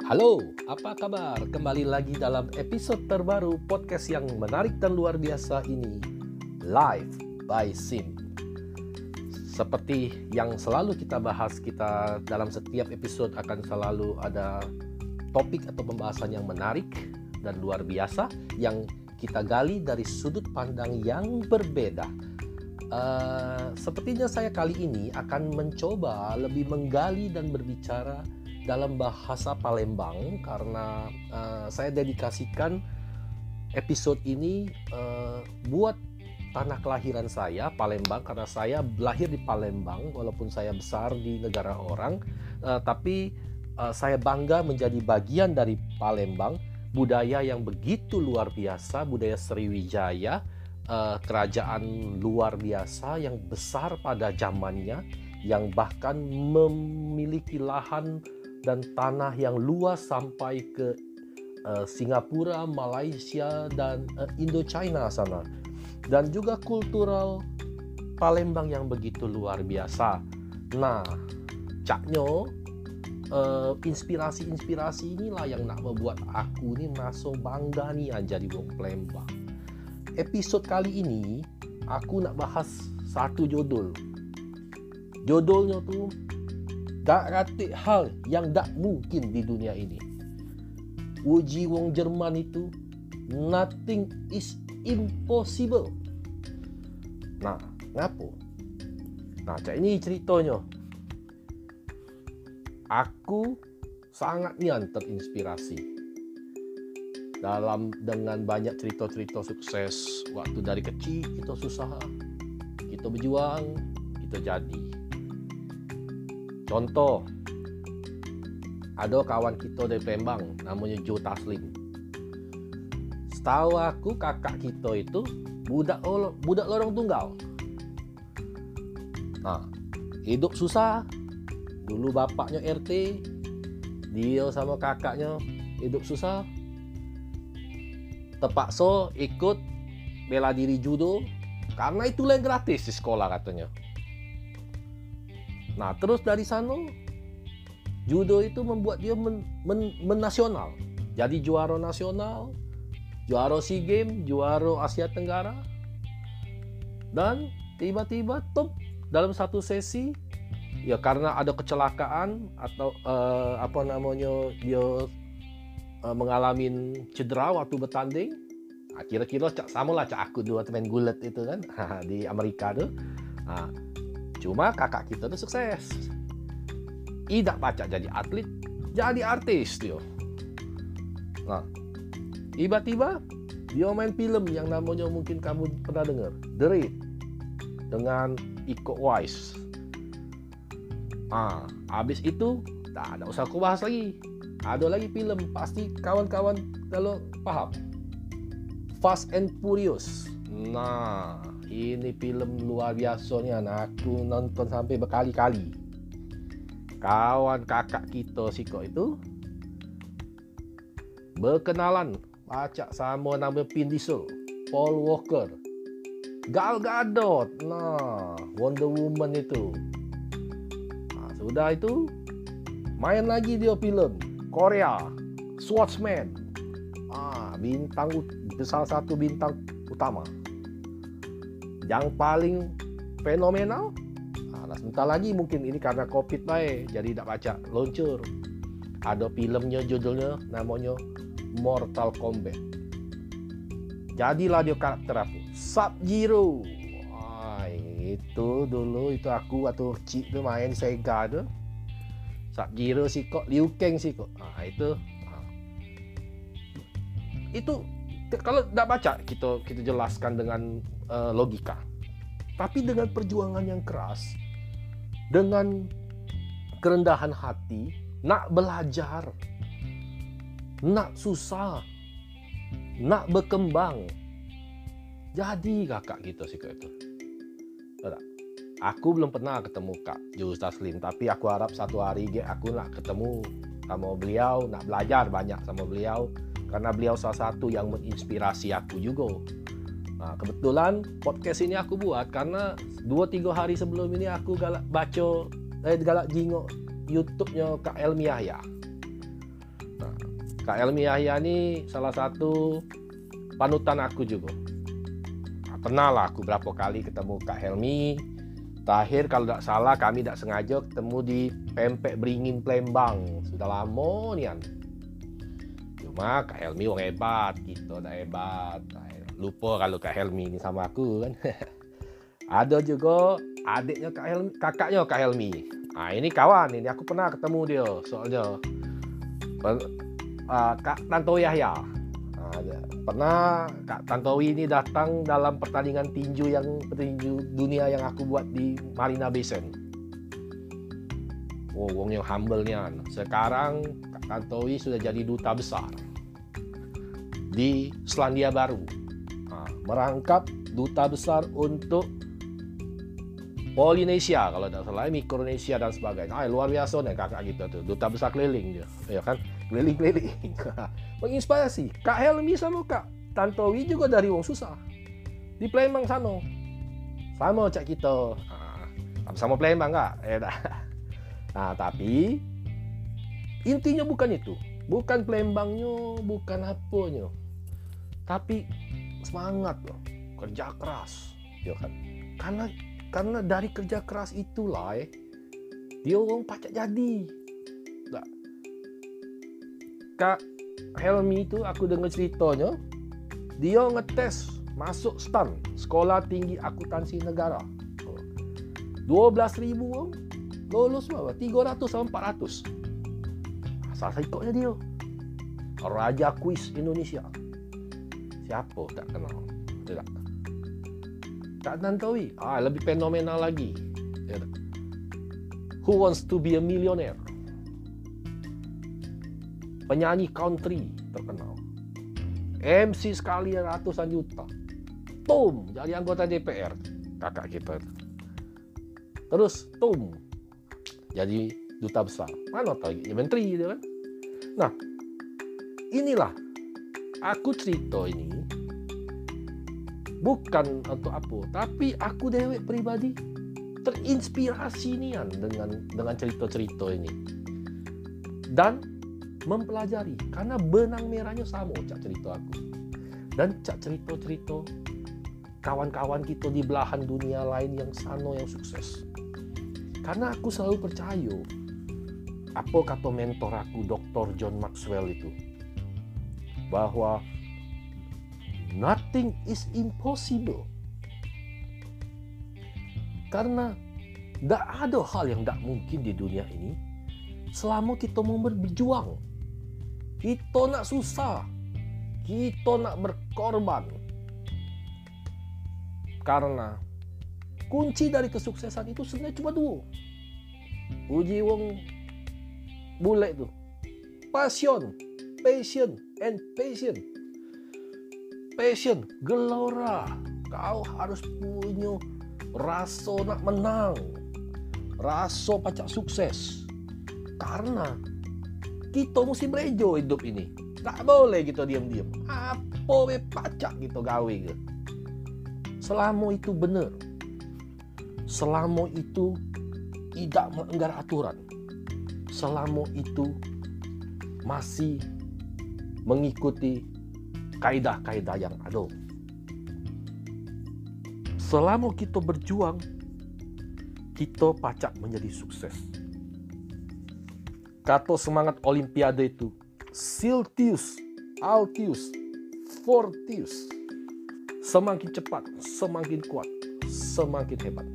Halo, apa kabar? Kembali lagi dalam episode terbaru podcast yang menarik dan luar biasa ini, Live by Sim. Seperti yang selalu kita bahas, kita dalam setiap episode akan selalu ada topik atau pembahasan yang menarik dan luar biasa yang kita gali dari sudut pandang yang berbeda. Sepertinya saya kali ini akan mencoba lebih menggali dan berbicara dalam bahasa Palembang karena saya dedikasikan episode ini buat tanah kelahiran saya, Palembang, karena saya lahir di Palembang walaupun saya besar di negara orang, tapi saya bangga menjadi bagian dari Palembang, budaya yang begitu luar biasa, budaya Sriwijaya, kerajaan luar biasa yang besar pada zamannya, yang bahkan memiliki lahan dan tanah yang luas sampai ke Singapura, Malaysia, dan Indochina sana. Dan juga kultural Palembang yang begitu luar biasa. Nah, caknyo inspirasi inilah yang nak membuat aku ni merasa bangga nih jadi wong Palembang. Episode kali ini aku nak bahas satu judul. Judulnya tuh dak ratik hal yang tak mungkin di dunia ini. Uji wong Jerman itu, nothing is impossible. Nah, ngapo? Nah, ini ceritanya. Aku sangat nian terinspirasi dengan banyak cerita-cerita sukses waktu dari kecil kita susah, kita berjuang, kita jadi. Contoh, ada kawan kita dari Palembang namanya Joe Taslim. Setahu aku kakak kita itu budak lorong tunggal. Nah, hidup susah. Dulu bapaknya RT, dia sama kakaknya hidup susah. Terpaksa ikut bela diri judo karena itu yang gratis di sekolah katanya. Nah, terus dari sana judo itu membuat dia menasional. Jadi juara nasional, juara SEA Games, juara Asia Tenggara. Dan tiba-tiba top dalam satu sesi, ya karena ada kecelakaan atau dia mengalami cedera waktu bertanding. Nah, kira-kira sama lah aku dua main gulat itu kan di Amerika tuh. Nah, cuma kakak kita tuh sukses. Tidak pacak jadi atlet, jadi artis dia. Nah, tiba-tiba dia main film yang namanya mungkin kamu pernah dengar, The Raid, dengan Iko Uwais. Habis itu tak usah aku bahas lagi. Ada lagi film, pasti kawan-kawan kalau paham, Fast and Furious. Nah, ini film luar biasanya. Aku nonton sampai berkali-kali. Kawan kakak kita Siko itu berkenalan baca sama nama Vin Diesel, Paul Walker, Gal Gadot, Wonder Woman itu. Nah, sudah itu main lagi dia film Korea, Swordsman. Salah satu bintang utama. Yang paling fenomenal, sebentar lagi mungkin ini karena COVID jadi tak baca luncur. Ada filmnya judulnya namanya Mortal Kombat. Jadilah dia karakter apa? Sub-Zero. Itu dulu itu aku waktu kecil tu main Sega tu. Sub-Zero sih kok, Liu Kang sih kok. Itu kalau tak baca kita jelaskan dengan logika. Tapi dengan perjuangan yang keras, dengan kerendahan hati, nak belajar, nak susah, nak berkembang. Jadi kakak kita sih itu. Aku belum pernah ketemu Kak Joe Taslim, tapi aku harap satu hari aku nak ketemu sama beliau, nak belajar banyak sama beliau, karena beliau salah satu yang menginspirasi aku juga. Nah, kebetulan podcast ini aku buat karena 2-3 hari sebelum ini aku galak jingok YouTube-nya Kak Elmi Yahya. Nah, Kak Helmi Yahya ini salah satu panutan aku juga. Nah, pernah lah aku berapa kali ketemu Kak Helmi. Terakhir kalau tidak salah kami tidak sengaja ketemu di Pempek Beringin Palembang. Sudah lama nian. Cuma Kak Helmi orang hebat, kita dah hebat. Lupa kalau Kak Helmi ini sama aku kan. Ada juga adiknya Kak Helmi, kakaknya Kak Helmi. Nah, ini kawan, ini aku pernah ketemu dia soalnya. Kak Tantowi Yahya. Pernah Kak Tantowi ini datang dalam pertandingan tinju dunia yang aku buat di Marina Bay Sands. Oh, wong yang humble nian. Sekarang Kak Tantowi sudah jadi duta besar di Selandia Baru. Nah, merangkap duta besar untuk Polinesia kalau tidak salah, Mikronesia dan sebagainya. Luar biasa nih kakak kita tuh, duta besar keliling dia, ya kan, keliling-keliling. Menginspirasi. Kak Helmi sama Kak Tantowi juga dari wong susah di Palembang sana, sama cak kita. Sama Palembang nggak? Nah, tapi intinya bukan itu, bukan Palembangnya, bukan apanya, tapi semangat loh, kerja keras, ya kan? Karena dari kerja keras itulah dia orang pacak jadi. Nah, Kak Helmi itu aku dengar ceritanya, dia ngetes masuk STAN, Sekolah Tinggi Akuntansi Negara. 12.000 orang lulus berapa? 300 sampai 400. Asal ikutnya dia. Raja Kuis Indonesia. Siapa tak kenal? Tidak. Kak Tantowi, lebih fenomenal lagi. Who Wants to be a Millionaire? Penyanyi country terkenal. MC sekali ratusan juta. Tom jadi anggota DPR, kakak kita. Terus Tom jadi duta besar. Mana tahu ya, menteri gitu kan. Nah, inilah aku cerita ini bukan untuk apa, tapi aku dewek pribadi terinspirasi nian dengan cerita-cerita ini dan mempelajari, karena benang merahnya sama cak cerita aku dan cak cerita-cerita kawan-kawan kita di belahan dunia lain yang sana yang sukses. Karena aku selalu percaya apa kata mentor aku Dr. John Maxwell itu, bahwa nothing is impossible. Karena tidak ada hal yang tidak mungkin di dunia ini selama kita mau berjuang. Kita nak susah, kita nak berkorban. Karena kunci dari kesuksesan itu sebenarnya cuma dua. Uji wong bule itu. Passion, and patience. Passion, gelora. Kau harus punya rasa nak menang, rasa pacak sukses. Karena kita mesti berejo hidup ini. Tak boleh kita diam-diam. Apa pacak kita gawe ke? Selama itu benar, selama itu tidak melanggar aturan, selama itu masih mengikuti kaidah-kaidah yang ada. Selama kita berjuang, kita pacak menjadi sukses. Kata semangat Olimpiade itu, Siltius, Altius, Fortius. Semakin cepat, semakin kuat, semakin hebat.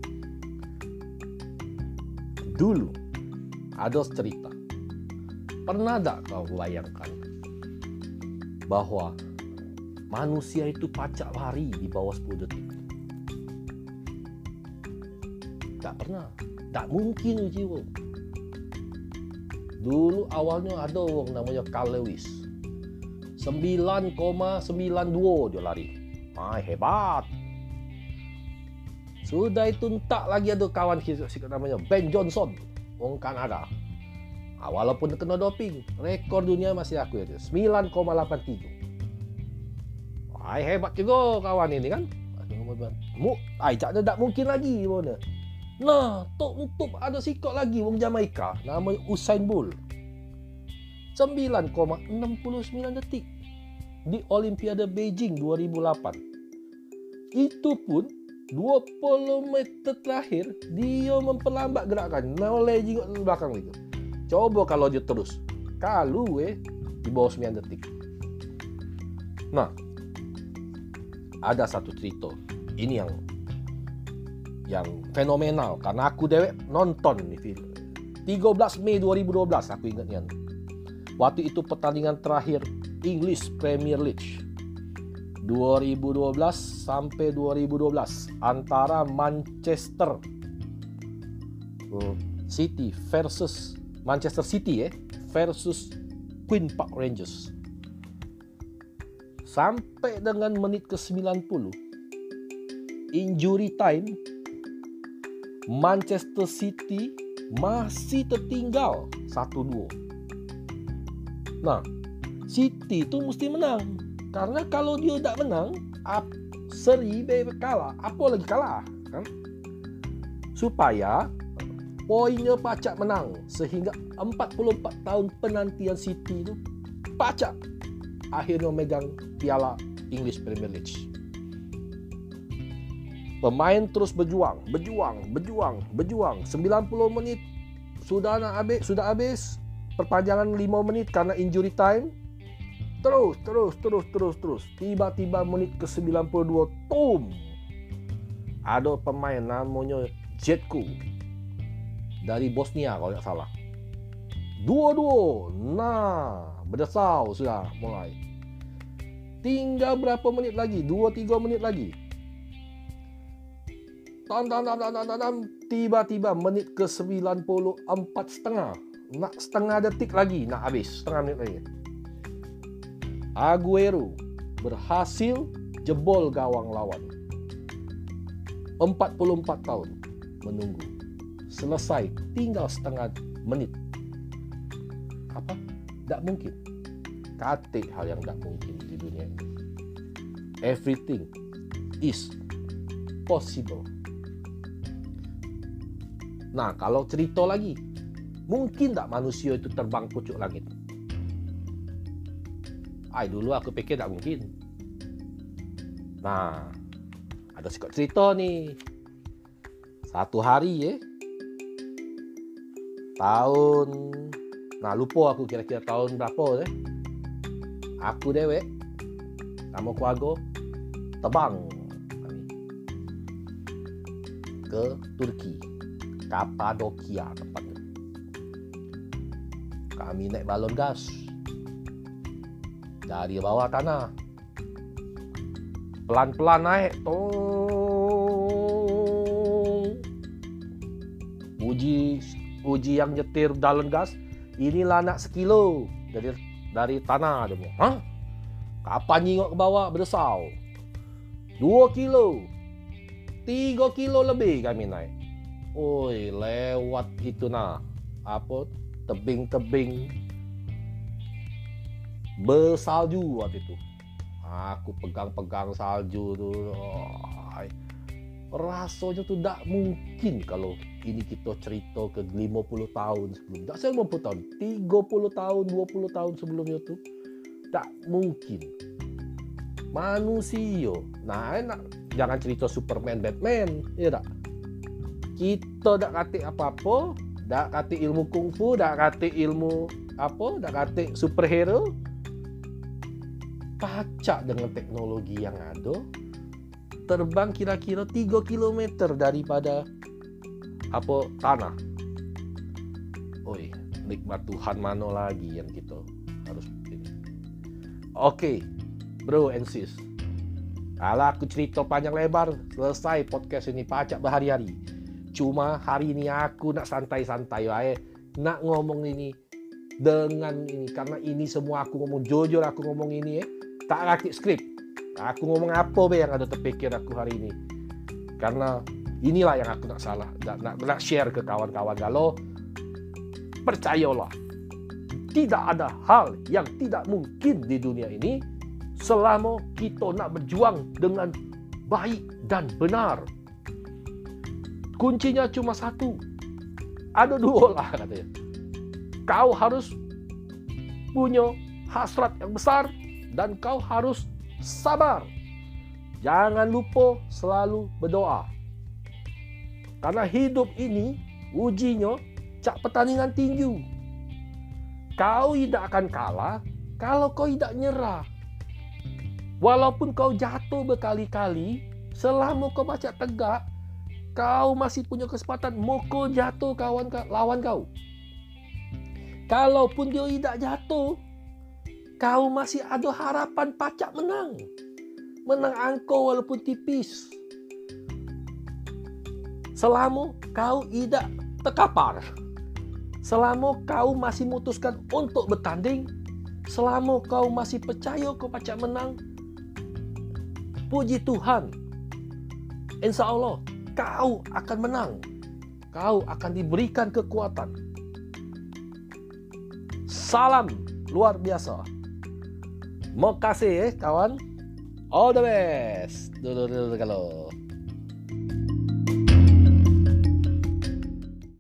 Dulu ada cerita. Pernah tak kau bayangkan bahwa manusia itu pacak lari di bawah 10 detik? Tak pernah. Tak mungkin jiwa. Dulu awalnya ada orang namanya Carl Lewis. 9,92 dia lari. Hebat. Sudah itu tak lagi ada kawan kita namanya Ben Johnson, orang Kanada. Walaupun kena doping, rekor dunia masih aku itu 9,83. Hebat juga kawan ini kan. Tak mungkin lagi mana. Nah, top ada sikok lagi wong Jamaika namanya Usain Bolt. 9,69 detik di Olimpiade Beijing 2008. Itu pun 20 meter terakhir dia memperlambat gerakan, noleh jingok ke belakang itu. Coba kalau dia terus, kalau di bawah 9 detik. Nah, ada satu cerita. Ini yang fenomenal karena aku dewek nonton nih film. 13 Mei 2012 aku ingatnya. Waktu itu pertandingan terakhir English Premier League 2012 sampai 2012 antara Manchester City versus Manchester City versus Queen Park Rangers. Sampai dengan menit ke-90 injury time, Manchester City masih tertinggal 1-2. Nah, City itu mesti menang. Karena kalau dia tak menang, seri kalah. Apa lagi kalah? Kan? Supaya poinnya pacak menang. Sehingga 44 tahun penantian City itu pacak akhirnya megang piala English Premier League. Pemain terus berjuang. 90 menit sudah habis. Perpanjangan 5 menit karena injury time. Terus. Tiba-tiba menit ke-92, ada pemain namanya Jetko dari Bosnia kalau tidak salah. 2-2. Nah, berdesau sudah mulai. Tinggal berapa menit lagi? 2-3 menit lagi. Tiba-tiba menit ke-94 setengah. Nak setengah detik lagi, nak habis setengah menit lagi. Aguero berhasil jebol gawang lawan. 44 tahun menunggu. Selesai, tinggal setengah menit. Apa? Tak mungkin. Kata hal yang tak mungkin di dunia ini. Everything is possible. Nah, kalau cerita lagi, mungkin tak manusia itu terbang pucuk langit? Dulu aku pikir tak mungkin. Nah, ada sikap cerita nih. Satu hari lupa aku kira-kira tahun berapa aku dewek sama keluarga terbang ke Turki, Kapadokia tepatnya. Kami naik balon gas dari bawah tanah, pelan-pelan naik. Uji yang nyetir balon gas, inilah anak sekilo dari tanah dia. Kapan nyingok ke bawah berdesau. 2 kilo, 3 kilo lebih kami naik. Lewat itu tebing-tebing bersalju waktu itu. Aku pegang-pegang salju tuh. Rasanya tuh tak mungkin kalau ini kita cerita ke 50 tahun sebelum. Tak saya 50 tahun, 30 tahun, 20 tahun sebelumnya tuh. Tak mungkin. Manusia. Nah, jangan cerita Superman, Batman, ya tak? Kita tak kata apa-apa, tak kata ilmu kungfu, tak kata ilmu tak kata superhero. Pacak dengan teknologi yang ada, terbang kira-kira 3 km daripada tanah. Nikmat Tuhan mana lagi yang kita harus ini. Oke, bro and sis. Kalau aku cerita panjang lebar, selesai podcast ini pacak berhari-hari. Cuma hari ini aku nak santai-santai nak ngomong ini dengan ini, karena ini semua aku ngomong jujur, aku ngomong ini tak rakit skrip. Aku ngomong apa yang ada terpikir aku hari ini. Karena inilah yang aku nak share ke kawan-kawan. Kalau percayalah, tidak ada hal yang tidak mungkin di dunia ini selama kita nak berjuang dengan baik dan benar. Kuncinya cuma satu. Ada dua lah katanya. Kau harus punya hasrat yang besar dan kau harus sabar. Jangan lupa selalu berdoa. Karena hidup ini ujinya cak pertandingan tinju. Kau tidak akan kalah kalau kau tidak nyerah. Walaupun kau jatuh berkali-kali, selama kau macam tegak, kau masih punya kesempatan mukul jatuh lawan kau. Kalaupun dia tidak jatuh, kau masih ada harapan pacak menang. Menang angkau walaupun tipis. Selama kau tidak terkapar. Selama kau masih memutuskan untuk bertanding. Selama kau masih percaya kau pacak menang. Puji Tuhan. Insya Allah kau akan menang. Kau akan diberikan kekuatan. Salam luar biasa. Makasih kawan. All the best. Dulu kalau